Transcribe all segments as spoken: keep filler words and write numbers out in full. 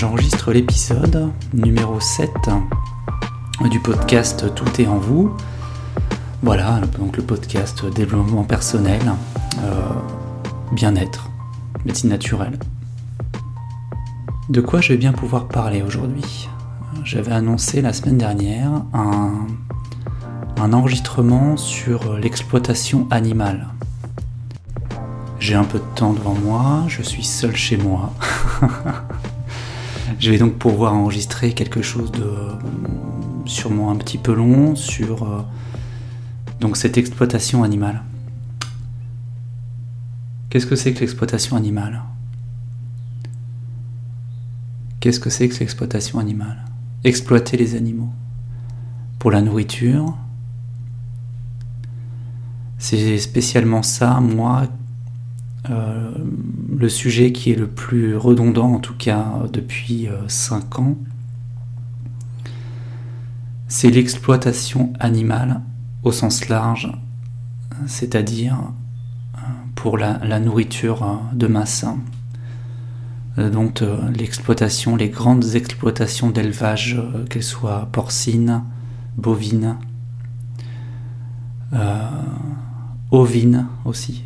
j'enregistre l'épisode numéro sept du podcast Tout est en vous. Voilà, donc le podcast développement personnel, euh, bien-être, médecine naturelle. De quoi je vais bien pouvoir parler aujourd'hui ? J'avais annoncé la semaine dernière un, un enregistrement sur l'exploitation animale. J'ai un peu de temps devant moi, je suis seul chez moi. Je vais donc pouvoir enregistrer quelque chose de sûrement un petit peu long sur euh, donc cette exploitation animale. Qu'est-ce que c'est que l'exploitation animale ? Qu'est-ce que c'est que l'exploitation animale ? Exploiter les animaux pour la nourriture. C'est spécialement ça, moi, euh, le sujet qui est le plus redondant, en tout cas depuis euh, cinq ans. C'est l'exploitation animale au sens large, c'est-à-dire pour la, la nourriture de masse. Donc euh, l'exploitation, les grandes exploitations d'élevage, euh, qu'elles soient porcines, bovines, euh, ovines aussi.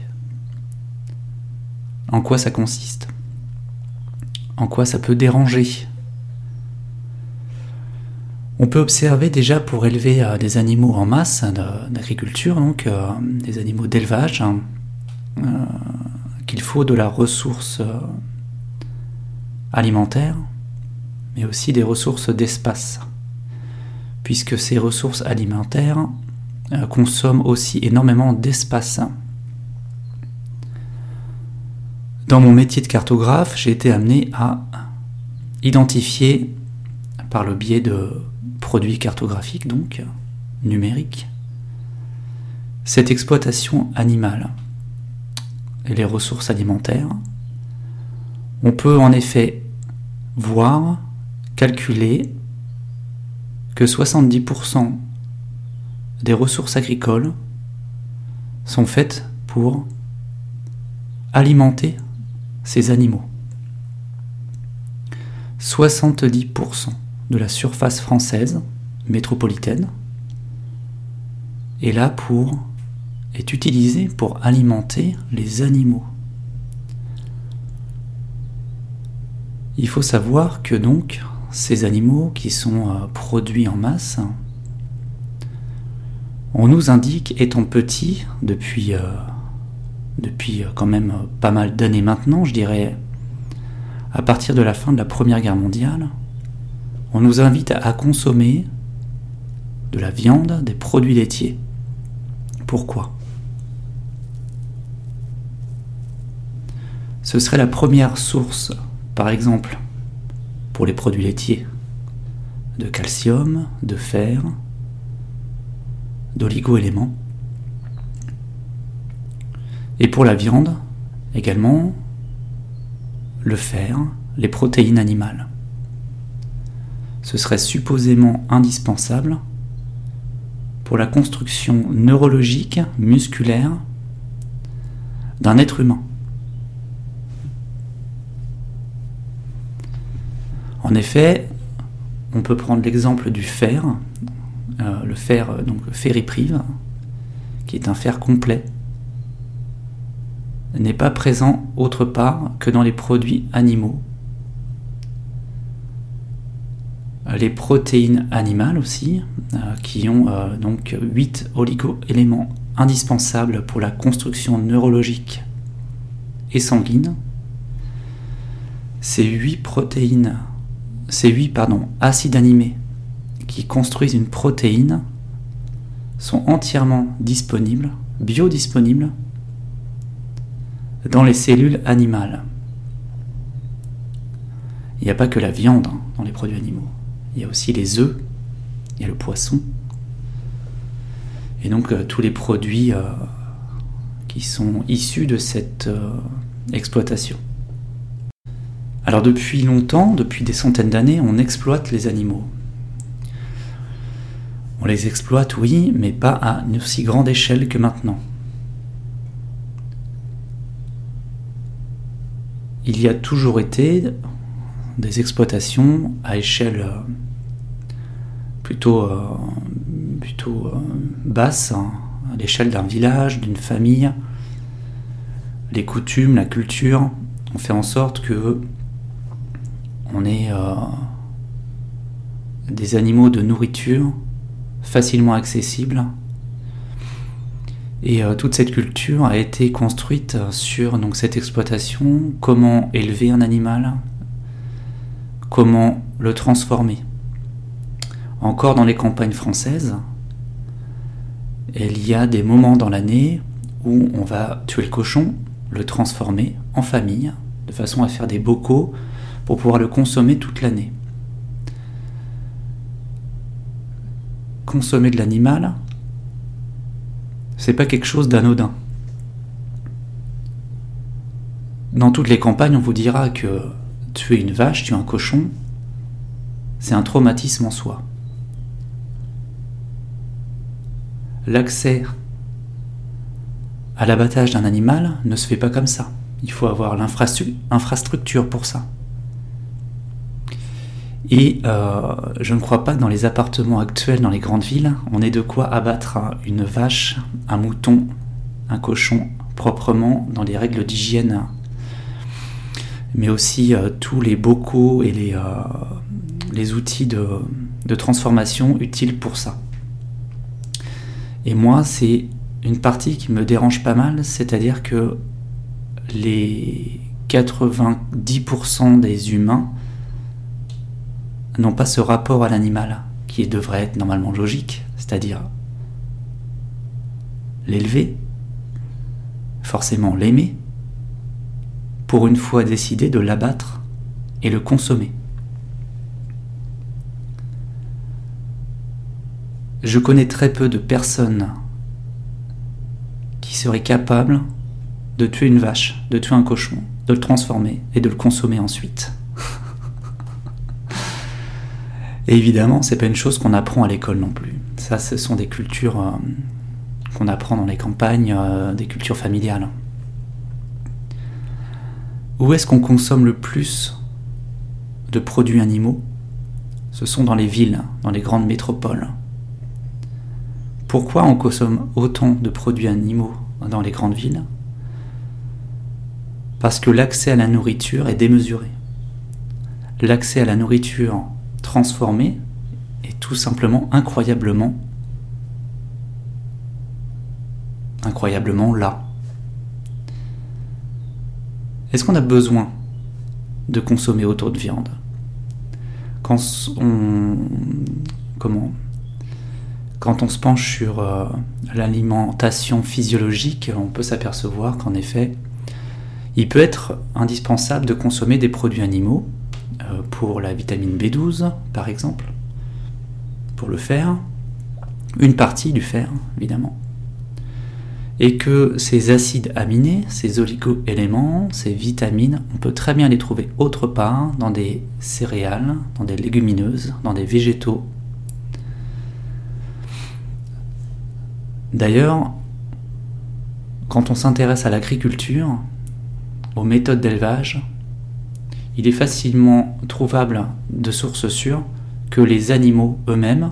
En quoi ça consiste ? En quoi ça peut déranger ? On peut observer déjà pour élever euh, des animaux en masse d'agriculture, donc euh, des animaux d'élevage, hein, euh, qu'il faut de la ressource euh, alimentaire, mais aussi des ressources d'espace, puisque ces ressources alimentaires euh, consomment aussi énormément d'espace. Dans mon métier de cartographe, j'ai été amené à identifier, par le biais de produits cartographiques, donc numériques, cette exploitation animale et les ressources alimentaires. On peut en effet voir, calculer que soixante-dix pour cent des ressources agricoles sont faites pour alimenter ces animaux. soixante-dix pour cent de la surface française métropolitaine est là pour, est utilisée pour alimenter les animaux. Il faut savoir que donc ces animaux qui sont euh, produits en masse, on nous indique, étant petit, depuis, euh, depuis quand même pas mal d'années maintenant, je dirais à partir de la fin de la Première Guerre mondiale, on nous invite à consommer de la viande, des produits laitiers. Pourquoi ? Ce serait la première source, par exemple, pour les produits laitiers, de calcium, de fer, d'oligo-éléments. Et pour la viande, également, le fer, les protéines animales. Ce serait supposément indispensable pour la construction neurologique, musculaire d'un être humain. En effet, on peut prendre l'exemple du fer, euh, le fer, donc ferriprive, qui est un fer complet, n'est pas présent autre part que dans les produits animaux. Les protéines animales aussi, euh, qui ont euh, donc huit oligo-éléments indispensables pour la construction neurologique et sanguine. Ces huit protéines, ces huit pardon, acides aminés qui construisent une protéine sont entièrement disponibles, biodisponibles, dans les cellules animales. Il n'y a pas que la viande hein, dans les produits animaux. Il y a aussi les œufs, il y a le poisson, et donc euh, tous les produits euh, qui sont issus de cette euh, exploitation. Alors depuis longtemps, depuis des centaines d'années, on exploite les animaux. On les exploite, oui, mais pas à une aussi grande échelle que maintenant. Il y a toujours été, des exploitations à échelle euh, plutôt, euh, plutôt euh, basse, hein, à l'échelle d'un village, d'une famille. Les coutumes, la culture ont fait en sorte que on ait euh, des animaux de nourriture facilement accessibles. Et euh, toute cette culture a été construite sur donc, cette exploitation, comment élever un animal, comment le transformer. Encore dans les campagnes françaises, il y a des moments dans l'année où on va tuer le cochon, le transformer en famille, de façon à faire des bocaux pour pouvoir le consommer toute l'année. Consommer de l'animal, c'est pas quelque chose d'anodin. Dans toutes les campagnes, on vous dira que tuer une vache, tuer un cochon, c'est un traumatisme en soi. L'accès à l'abattage d'un animal ne se fait pas comme ça. Il faut avoir l'infrastructure pour ça. Et euh, je ne crois pas que dans les appartements actuels dans les grandes villes, on ait de quoi abattre une vache, un mouton, un cochon proprement dans les règles d'hygiène, mais aussi euh, tous les bocaux et les, euh, les outils de, de transformation utiles pour ça. Et moi, c'est une partie qui me dérange pas mal, c'est-à-dire que les quatre-vingt-dix pour cent des humains n'ont pas ce rapport à l'animal qui devrait être normalement logique, c'est-à-dire l'élever, forcément l'aimer, pour une fois décider de l'abattre et le consommer. Je connais très peu de personnes qui seraient capables de tuer une vache, de tuer un cochon, de le transformer et de le consommer ensuite. Et évidemment, c'est pas une chose qu'on apprend à l'école non plus. Ça, ce sont des cultures euh, qu'on apprend dans les campagnes, euh, des cultures familiales. Où est-ce qu'on consomme le plus de produits animaux ? Ce sont dans les villes, dans les grandes métropoles. Pourquoi on consomme autant de produits animaux dans les grandes villes ? Parce que l'accès à la nourriture est démesuré. L'accès à la nourriture transformée est tout simplement incroyablement, incroyablement là. Est-ce qu'on a besoin de consommer autant de viande ? Quand on, comment Quand on se penche sur euh, l'alimentation physiologique, on peut s'apercevoir qu'en effet, il peut être indispensable de consommer des produits animaux euh, pour la vitamine B douze, par exemple, pour le fer, une partie du fer, évidemment, et que ces acides aminés, ces oligo-éléments, ces vitamines, on peut très bien les trouver autre part, dans des céréales, dans des légumineuses, dans des végétaux. D'ailleurs, quand on s'intéresse à l'agriculture, aux méthodes d'élevage, il est facilement trouvable de sources sûres que les animaux eux-mêmes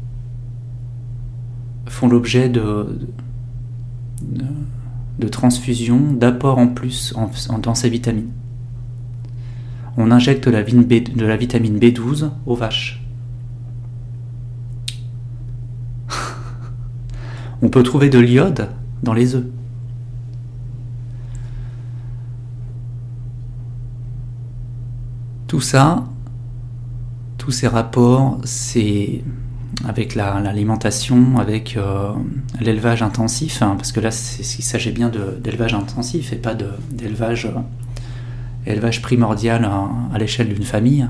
font l'objet de, de, de transfusions, d'apports en plus en, en, dans ces vitamines. On injecte la, B, de la vitamine B douze aux vaches. On peut trouver de l'iode dans les œufs. Tout ça, tous ces rapports, c'est avec la, l'alimentation, avec euh, l'élevage intensif, hein, parce que là, c'est, il s'agit bien de, d'élevage intensif et pas de, d'élevage euh, élevage primordial à, à l'échelle d'une famille.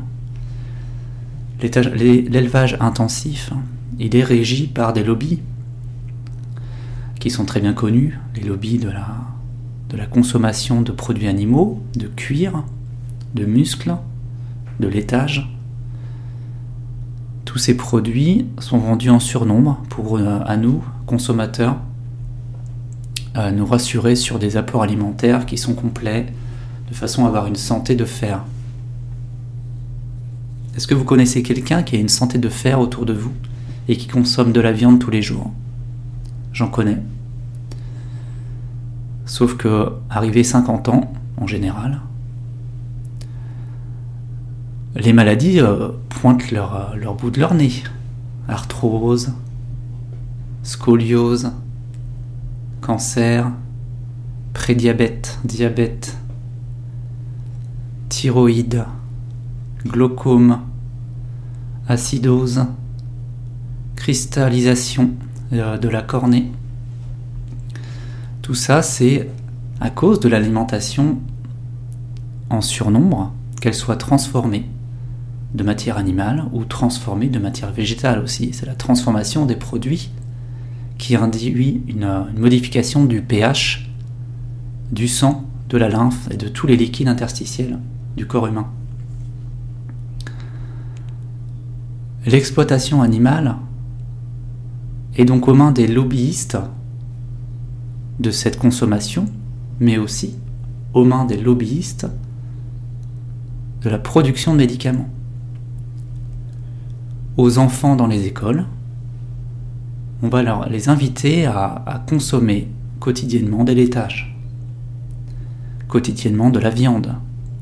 L'élevage intensif, il est régi par des lobbies qui sont très bien connus, les lobbies de la, de la consommation de produits animaux, de cuir, de muscles, de laitage. Tous ces produits sont vendus en surnombre pour, euh, à nous, consommateurs, à nous rassurer sur des apports alimentaires qui sont complets, de façon à avoir une santé de fer. Est-ce que vous connaissez quelqu'un qui a une santé de fer autour de vous et qui consomme de la viande tous les jours ? J'en connais. Sauf que, arrivé cinquante ans, en général, les maladies euh, pointent leur, leur bout de leur nez. Arthrose, scoliose, cancer, prédiabète, diabète, thyroïde, glaucome, acidose, cristallisation de la cornée. Tout ça, c'est à cause de l'alimentation en surnombre, qu'elle soit transformée de matière animale ou transformée de matière végétale aussi. C'est la transformation des produits qui induit une, une modification du pH, du sang, de la lymphe et de tous les liquides interstitiels du corps humain. L'exploitation animale est donc aux mains des lobbyistes de cette consommation, mais aussi aux mains des lobbyistes de la production de médicaments. Aux enfants dans les écoles, on va leur, les inviter à, à consommer quotidiennement des laitages, quotidiennement de la viande,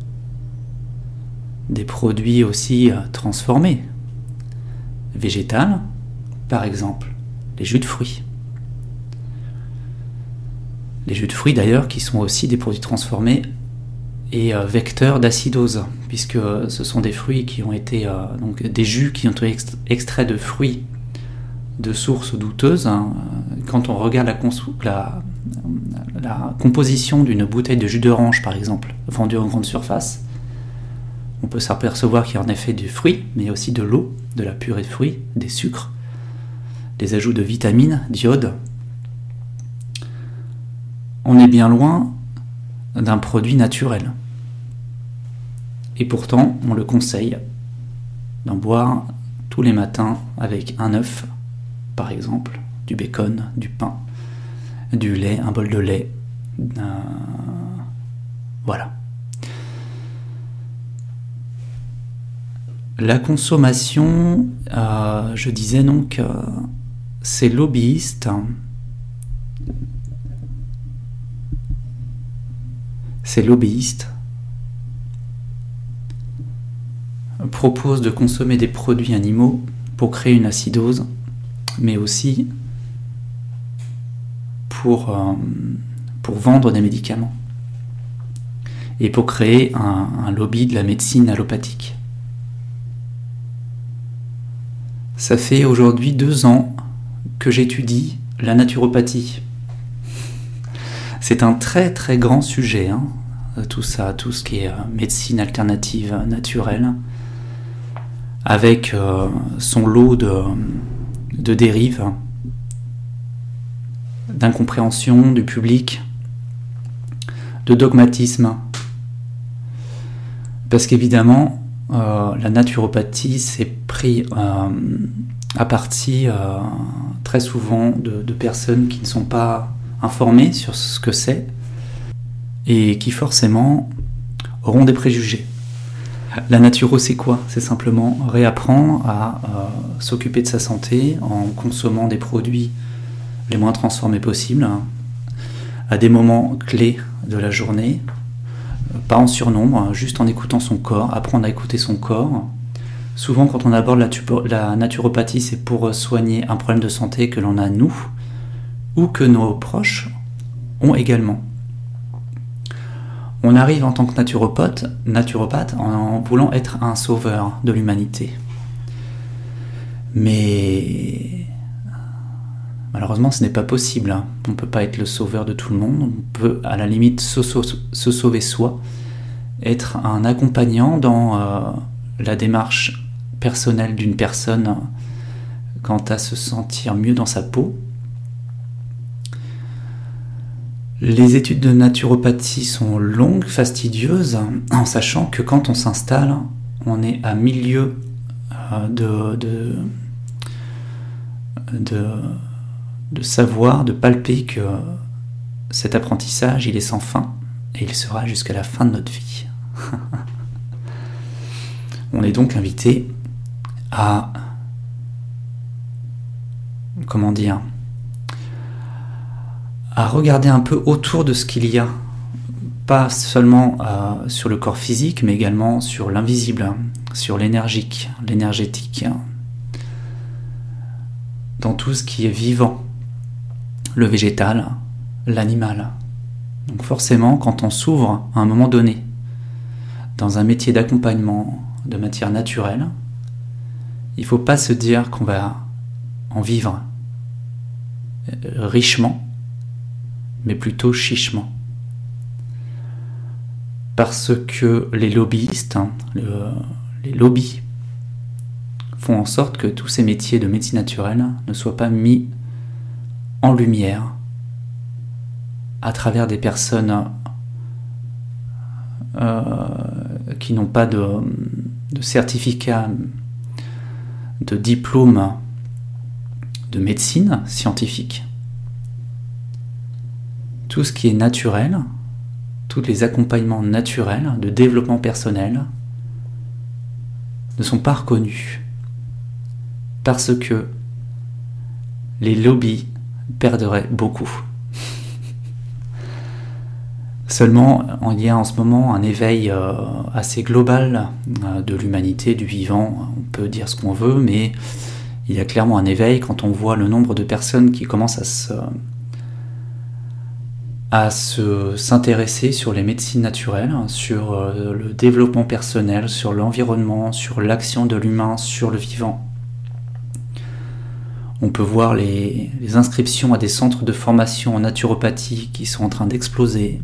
des produits aussi transformés, végétales, par exemple, les jus de fruits. Les jus de fruits d'ailleurs qui sont aussi des produits transformés et euh, vecteurs d'acidose, puisque ce sont des fruits qui ont été, euh, donc des jus qui ont été extraits de fruits de sources douteuses. Hein. Quand on regarde la, cons- la, la composition d'une bouteille de jus d'orange par exemple, vendue en grande surface, on peut s'apercevoir qu'il y a en effet du fruit, mais aussi de l'eau, de la purée de fruits, des sucres, des ajouts de vitamines, d'iode. On est bien loin d'un produit naturel. Et pourtant, on le conseille d'en boire tous les matins avec un œuf, par exemple, du bacon, du pain, du lait, un bol de lait. Euh, voilà. La consommation, euh, je disais donc, euh, ces lobbyistes, ces lobbyistes proposent de consommer des produits animaux pour créer une acidose, mais aussi pour, euh, pour vendre des médicaments et pour créer un, un lobby de la médecine allopathique. Ça fait aujourd'hui deux ans que j'étudie la naturopathie. C'est un très très grand sujet, hein, tout ça, tout ce qui est médecine alternative naturelle, avec euh, son lot de, de dérives, d'incompréhension du public, de dogmatisme. Parce qu'évidemment, euh, la naturopathie s'est pris euh, à partie euh, très souvent de, de personnes qui ne sont pas informées sur ce que c'est et qui forcément auront des préjugés. La naturo, c'est quoi ? C'est simplement réapprendre à euh, s'occuper de sa santé en consommant des produits les moins transformés possibles, hein, à des moments clés de la journée, pas en surnombre, juste en écoutant son corps, apprendre à écouter son corps. Souvent, quand on aborde la, tupo- la naturopathie, c'est pour soigner un problème de santé que l'on a nous, ou que nos proches ont également. On arrive en tant que naturopathe, naturopathe en voulant être un sauveur de l'humanité. Mais malheureusement, ce n'est pas possible. On ne peut pas être le sauveur de tout le monde. On peut, à la limite, se, se sauver soi, être un accompagnant dans euh, la démarche personnelle d'une personne quant à se sentir mieux dans sa peau. Les études de naturopathie sont longues, fastidieuses, en sachant que quand on s'installe, on est à milieu euh, de, de, de, de savoir, de palper que cet apprentissage, il est sans fin, et il sera jusqu'à la fin de notre vie. On est donc invité à, comment dire, à regarder un peu autour de ce qu'il y a, pas seulement euh, sur le corps physique, mais également sur l'invisible, sur l'énergique, l'énergétique, dans tout ce qui est vivant, le végétal, l'animal. Donc forcément, quand on s'ouvre à un moment donné dans un métier d'accompagnement de matière naturelle, il ne faut pas se dire qu'on va en vivre richement, mais plutôt chichement. Parce que les lobbyistes, hein, le, les lobbies, font en sorte que tous ces métiers de médecine naturelle ne soient pas mis en lumière à travers des personnes euh, qui n'ont pas de, de certificat, de diplôme de médecine scientifique. Tout ce qui est naturel, tous les accompagnements naturels de développement personnel ne sont pas reconnus parce que les lobbies perdraient beaucoup. Seulement, il y a en ce moment un éveil euh, assez global euh, de l'humanité, du vivant. On peut dire ce qu'on veut, mais il y a clairement un éveil quand on voit le nombre de personnes qui commencent à se, à se, s'intéresser sur les médecines naturelles, sur euh, le développement personnel, sur l'environnement, sur l'action de l'humain, sur le vivant. On peut voir les, les inscriptions à des centres de formation en naturopathie qui sont en train d'exploser.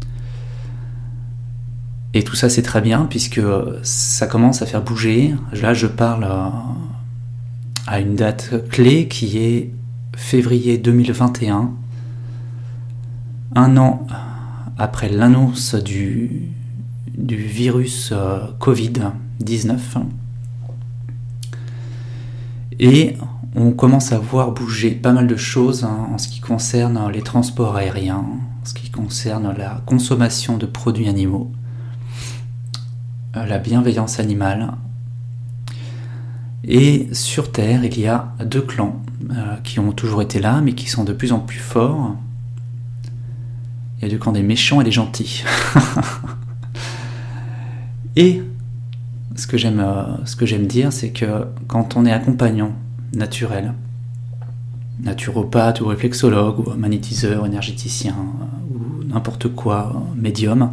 Et tout ça, c'est très bien, puisque ça commence à faire bouger. Là, je parle à une date clé qui est février deux mille vingt et un, un an après l'annonce du, du virus covid dix-neuf. Et on commence à voir bouger pas mal de choses hein, en ce qui concerne les transports aériens, en ce qui concerne la consommation de produits animaux, la bienveillance animale. Et sur Terre, il y a deux clans euh, qui ont toujours été là, mais qui sont de plus en plus forts. Il y a deux camps, des méchants et des gentils. Et ce que j'aime, euh, ce que j'aime dire, c'est que quand on est accompagnant naturel, naturopathe ou réflexologue ou magnétiseur, énergéticien ou n'importe quoi, médium,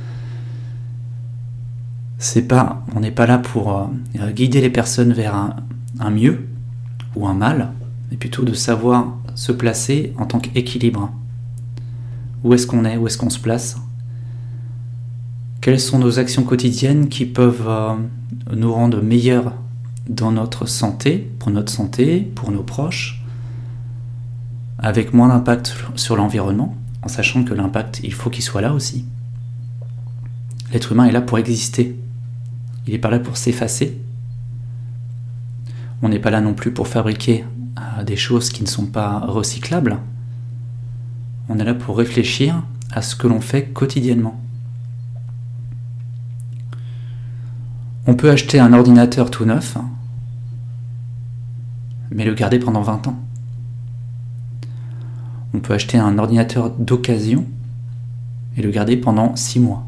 c'est pas, on n'est pas là pour euh, guider les personnes vers un, un mieux ou un mal, mais plutôt de savoir se placer en tant qu'équilibre. Où est-ce qu'on est, où est-ce qu'on se place? Quelles sont nos actions quotidiennes qui peuvent euh, nous rendre meilleurs dans notre santé, pour notre santé, pour nos proches, avec moins d'impact sur l'environnement, en sachant que l'impact, il faut qu'il soit là aussi. L'être humain est là pour exister. Il n'est pas là pour s'effacer. On n'est pas là non plus pour fabriquer euh, des choses qui ne sont pas recyclables. On est là pour réfléchir à ce que l'on fait quotidiennement. On peut acheter un ordinateur tout neuf, mais le garder pendant vingt ans. On peut acheter un ordinateur d'occasion et le garder pendant six mois.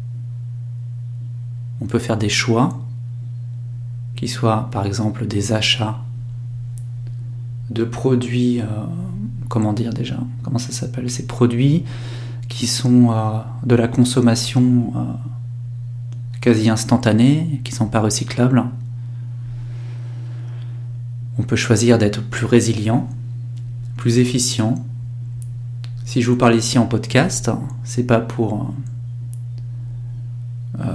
On peut faire des choix qui soient par exemple des achats de produits, euh, comment dire déjà, comment ça s'appelle, ces produits qui sont euh, de la consommation euh, quasi instantanée, qui ne sont pas recyclables. On peut choisir d'être plus résilient, plus efficient. Si je vous parle ici en podcast, c'est pas pour euh,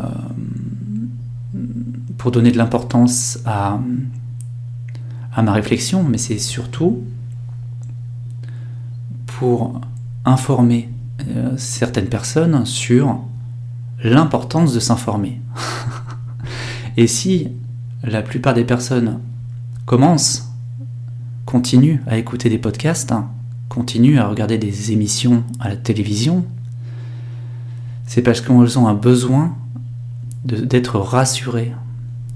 pour donner de l'importance à, à ma réflexion, mais c'est surtout pour informer euh, certaines personnes sur l'importance de s'informer. Et si la plupart des personnes commencent, continuent à écouter des podcasts, hein, continuent à regarder des émissions à la télévision, c'est parce qu'elles ont un besoin de, d'être rassurées,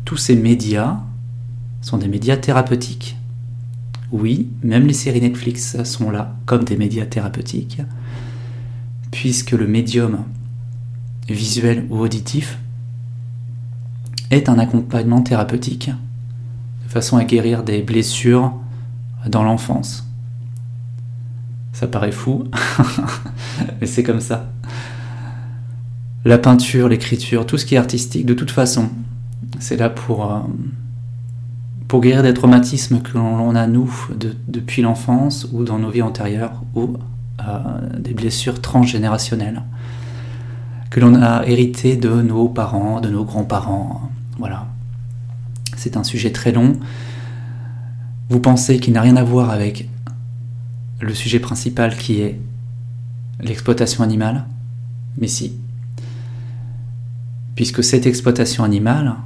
tous ces médias sont des médias thérapeutiques. Oui, même les séries Netflix sont là comme des médias thérapeutiques, puisque le médium visuel ou auditif est un accompagnement thérapeutique, de façon à guérir des blessures dans l'enfance. Ça paraît fou, mais c'est comme ça. La peinture, l'écriture, tout ce qui est artistique, de toute façon, c'est là pour, euh, pour guérir des traumatismes que l'on a, nous, de, depuis l'enfance ou dans nos vies antérieures, ou euh, des blessures transgénérationnelles que l'on a héritées de nos parents, de nos grands-parents. Voilà. C'est un sujet très long. Vous pensez qu'il n'a rien à voir avec le sujet principal qui est l'exploitation animale? Mais si. Puisque cette exploitation animale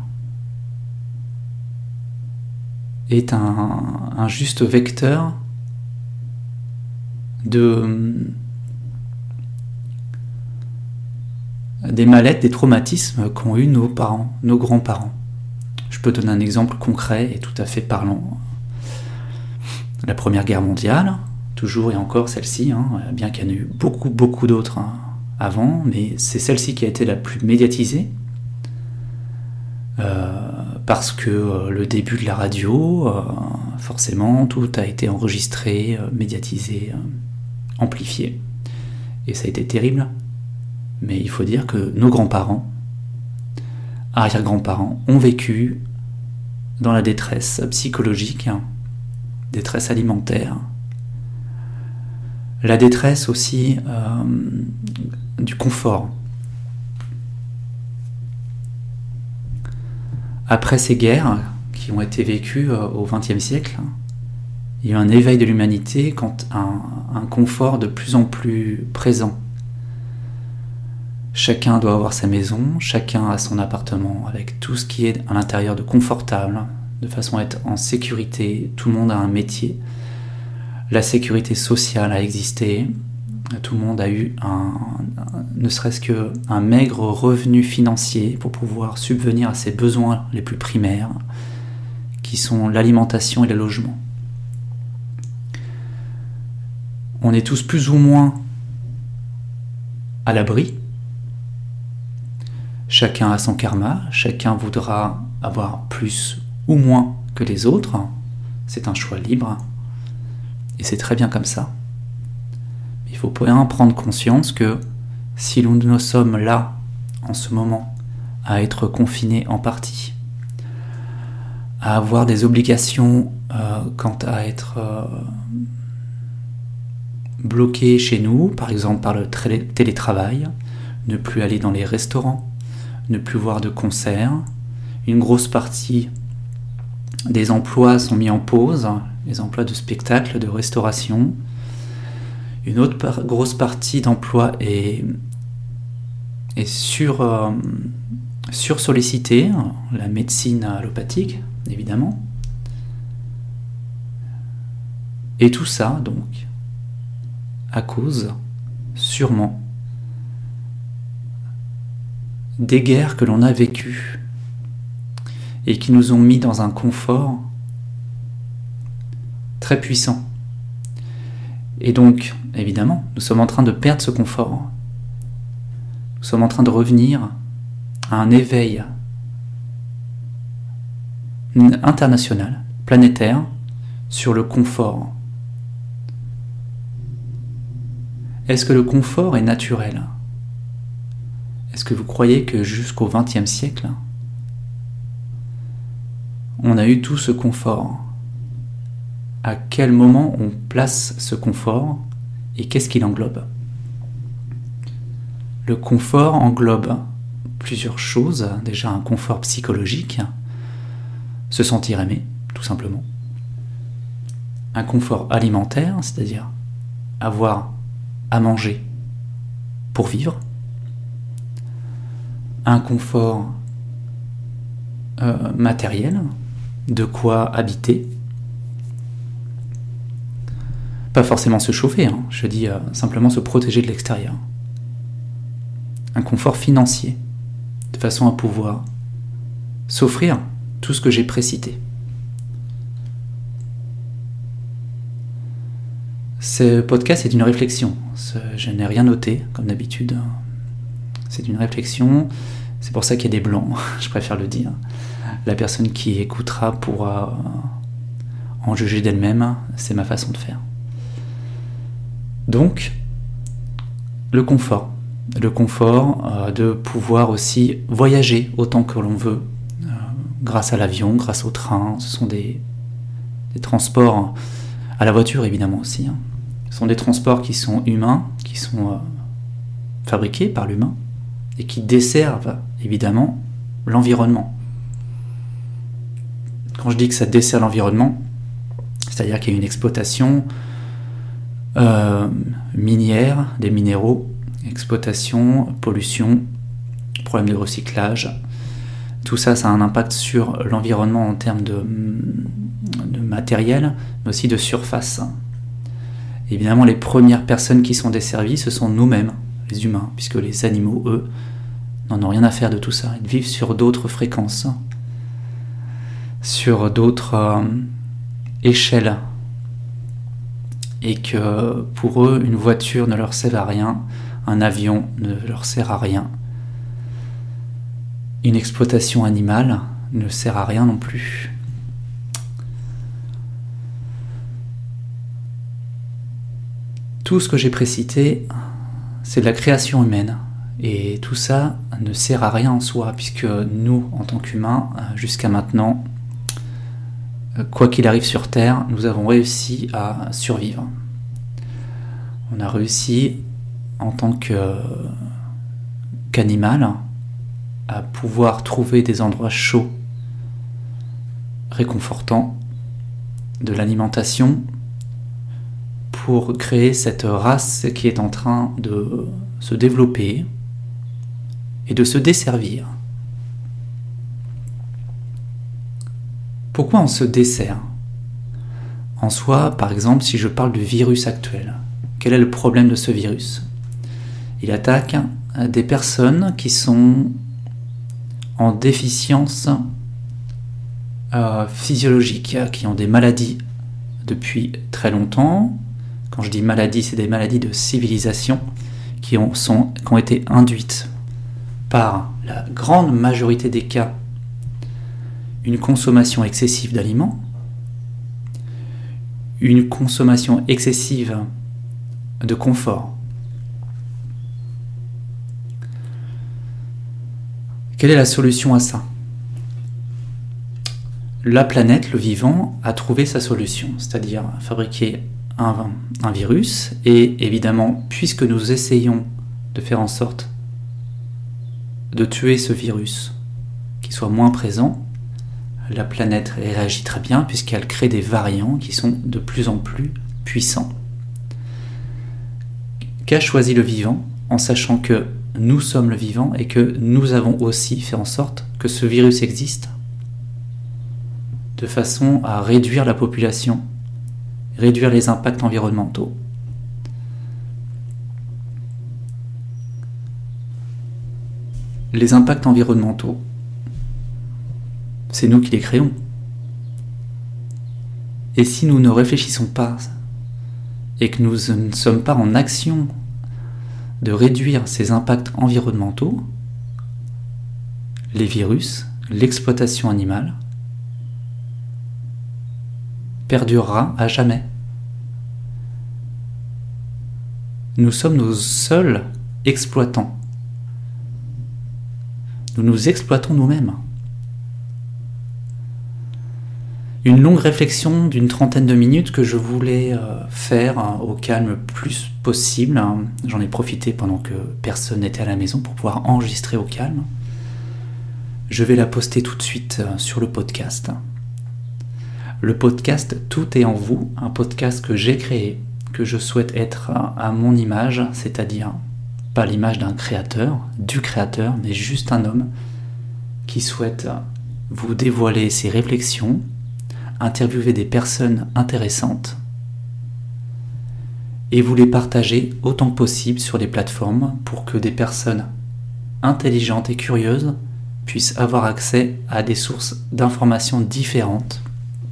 est un, un juste vecteur de, des malaises, des traumatismes qu'ont eu nos parents, nos grands-parents. Je peux donner un exemple concret et tout à fait parlant. La Première Guerre mondiale, toujours et encore celle-ci, hein, bien qu'il y en ait eu beaucoup, beaucoup d'autres hein, avant, mais c'est celle-ci qui a été la plus médiatisée, euh, parce que euh, le début de la radio, euh, forcément, tout a été enregistré, euh, médiatisé, euh, amplifié. Et ça a été terrible, mais il faut dire que nos grands-parents, arrière-grands-parents, ont vécu dans la détresse psychologique, hein, détresse alimentaire, la détresse aussi euh, du confort. Après ces guerres qui ont été vécues euh, au vingtième siècle, il y a eu un éveil de l'humanité quant à un, un confort de plus en plus présent. Chacun doit avoir sa maison, chacun a son appartement avec tout ce qui est à l'intérieur de confortable, de façon à être en sécurité, tout le monde a un métier. La sécurité sociale a existé, tout le monde a eu un, un, ne serait-ce qu'un maigre revenu financier pour pouvoir subvenir à ses besoins les plus primaires, qui sont l'alimentation et le logement. On est tous plus ou moins à l'abri. Chacun a son karma, chacun voudra avoir plus ou moins que les autres. C'est un choix libre. Et c'est très bien comme ça. Il faut bien prendre conscience que si nous, nous sommes là, en ce moment, à être confinés en partie, à avoir des obligations euh, quant à être euh, bloqués chez nous, par exemple par le tra- télétravail, ne plus aller dans les restaurants, ne plus voir de concerts, une grosse partie des emplois sont mis en pause, les emplois de spectacle, de restauration. Une autre par- grosse partie d'emplois est, est sur, euh, sur-sollicitée, la médecine allopathique, évidemment. Et tout ça, donc, à cause, sûrement, des guerres que l'on a vécues et qui nous ont mis dans un confort très puissant. Et donc, évidemment, nous sommes en train de perdre ce confort. Nous sommes en train de revenir à un éveil international, planétaire, sur le confort. Est-ce que le confort est naturel ? Est-ce que vous croyez que jusqu'au vingtième siècle, on a eu tout ce confort ? À quel moment on place ce confort et qu'est-ce qu'il englobe ? Le confort englobe plusieurs choses. Déjà un confort psychologique, se sentir aimé, tout simplement. Un confort alimentaire, c'est-à-dire avoir à manger pour vivre. Un confort euh, matériel, de quoi habiter. Pas forcément se chauffer, hein, je dis euh, simplement se protéger de l'extérieur. Un confort financier, de façon à pouvoir s'offrir tout ce que j'ai précité. Ce podcast est une réflexion. Je n'ai rien noté, comme d'habitude. C'est une réflexion. C'est pour ça qu'il y a des blancs, je préfère le dire. La personne qui écoutera pourra en juger d'elle-même. C'est ma façon de faire. Donc, le confort. Le confort euh, de pouvoir aussi voyager autant que l'on veut, euh, grâce à l'avion, grâce au train. Ce sont des, des transports, à la voiture évidemment aussi. Hein. Ce sont des transports qui sont humains, qui sont euh, fabriqués par l'humain et qui desservent évidemment l'environnement. Quand je dis que ça dessert l'environnement, c'est-à-dire qu'il y a une exploitation euh, minière des minéraux, exploitation, pollution, problème de recyclage. Tout ça, ça a un impact sur l'environnement en termes de, de matériel, mais aussi de surface. Évidemment, les premières personnes qui sont desservies, ce sont nous-mêmes, les humains, puisque les animaux, eux, n'en ont rien à faire de tout ça. Ils vivent sur d'autres fréquences, sur d'autres euh, échelles, et que pour eux, une voiture ne leur sert à rien, un avion ne leur sert à rien. Une exploitation animale ne sert à rien non plus. Tout ce que j'ai précité, c'est de la création humaine. Et tout ça ne sert à rien en soi, puisque nous, en tant qu'humains, jusqu'à maintenant, quoi qu'il arrive sur Terre, nous avons réussi à survivre. On a réussi, en tant que, qu'animal, à pouvoir trouver des endroits chauds, réconfortants, de l'alimentation, pour créer cette race qui est en train de se développer et de se desservir. Pourquoi on se dessert ? En soi, par exemple, si je parle du virus actuel, quel est le problème de ce virus ? Il attaque des personnes qui sont en déficience euh, physiologique, qui ont des maladies depuis très longtemps. Quand je dis maladies, c'est des maladies de civilisation qui ont, sont, qui ont été induites par la grande majorité des cas une consommation excessive d'aliments, une consommation excessive de confort. Quelle est la solution à ça ? La planète, le vivant, a trouvé sa solution, c'est-à-dire fabriquer un, un virus, et évidemment, puisque nous essayons de faire en sorte de tuer ce virus, qu'il soit moins présent, la planète réagit très bien puisqu'elle crée des variants qui sont de plus en plus puissants. Qu'a choisi le vivant en sachant que nous sommes le vivant et que nous avons aussi fait en sorte que ce virus existe de façon à réduire la population, réduire les impacts environnementaux. Les impacts environnementaux, c'est nous qui les créons. Et si nous ne réfléchissons pas et que nous ne sommes pas en action de réduire ces impacts environnementaux, les virus, l'exploitation animale, perdurera à jamais. Nous sommes nos seuls exploitants. Nous nous exploitons nous-mêmes. Une longue réflexion d'une trentaine de minutes que je voulais euh, faire euh, au calme le plus possible. J'en ai profité pendant que personne n'était à la maison pour pouvoir enregistrer au calme. Je vais la poster tout de suite euh, sur le podcast. Le podcast Tout est en vous, un podcast que j'ai créé, que je souhaite être à, à mon image, c'est-à-dire pas l'image d'un créateur, du créateur, mais juste un homme qui souhaite vous dévoiler ses réflexions, interviewer des personnes intéressantes et vous les partager autant que possible sur les plateformes pour que des personnes intelligentes et curieuses puissent avoir accès à des sources d'informations différentes.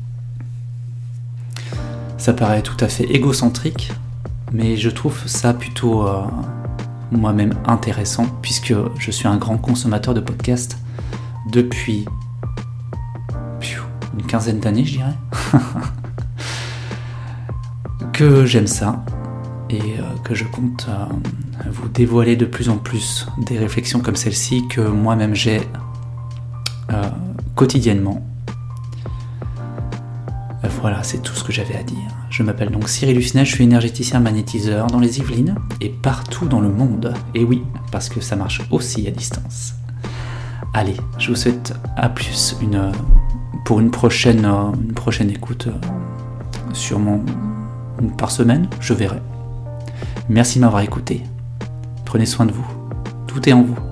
Ça paraît tout à fait égocentrique, mais je trouve ça plutôt euh, moi-même intéressant, puisque je suis un grand consommateur de podcasts depuis une quinzaine d'années, je dirais. Que j'aime ça et euh, que je compte euh, vous dévoiler de plus en plus des réflexions comme celle-ci que moi-même j'ai euh, quotidiennement. Voilà, c'est tout ce que j'avais à dire. Je m'appelle donc Cyril Lucinet, je suis énergéticien magnétiseur dans les Yvelines et partout dans le monde. Et oui, parce que ça marche aussi à distance. Allez, je vous souhaite à plus une, pour une prochaine, une prochaine écoute, sûrement par semaine, je verrai. Merci de m'avoir écouté. Prenez soin de vous. Tout est en vous.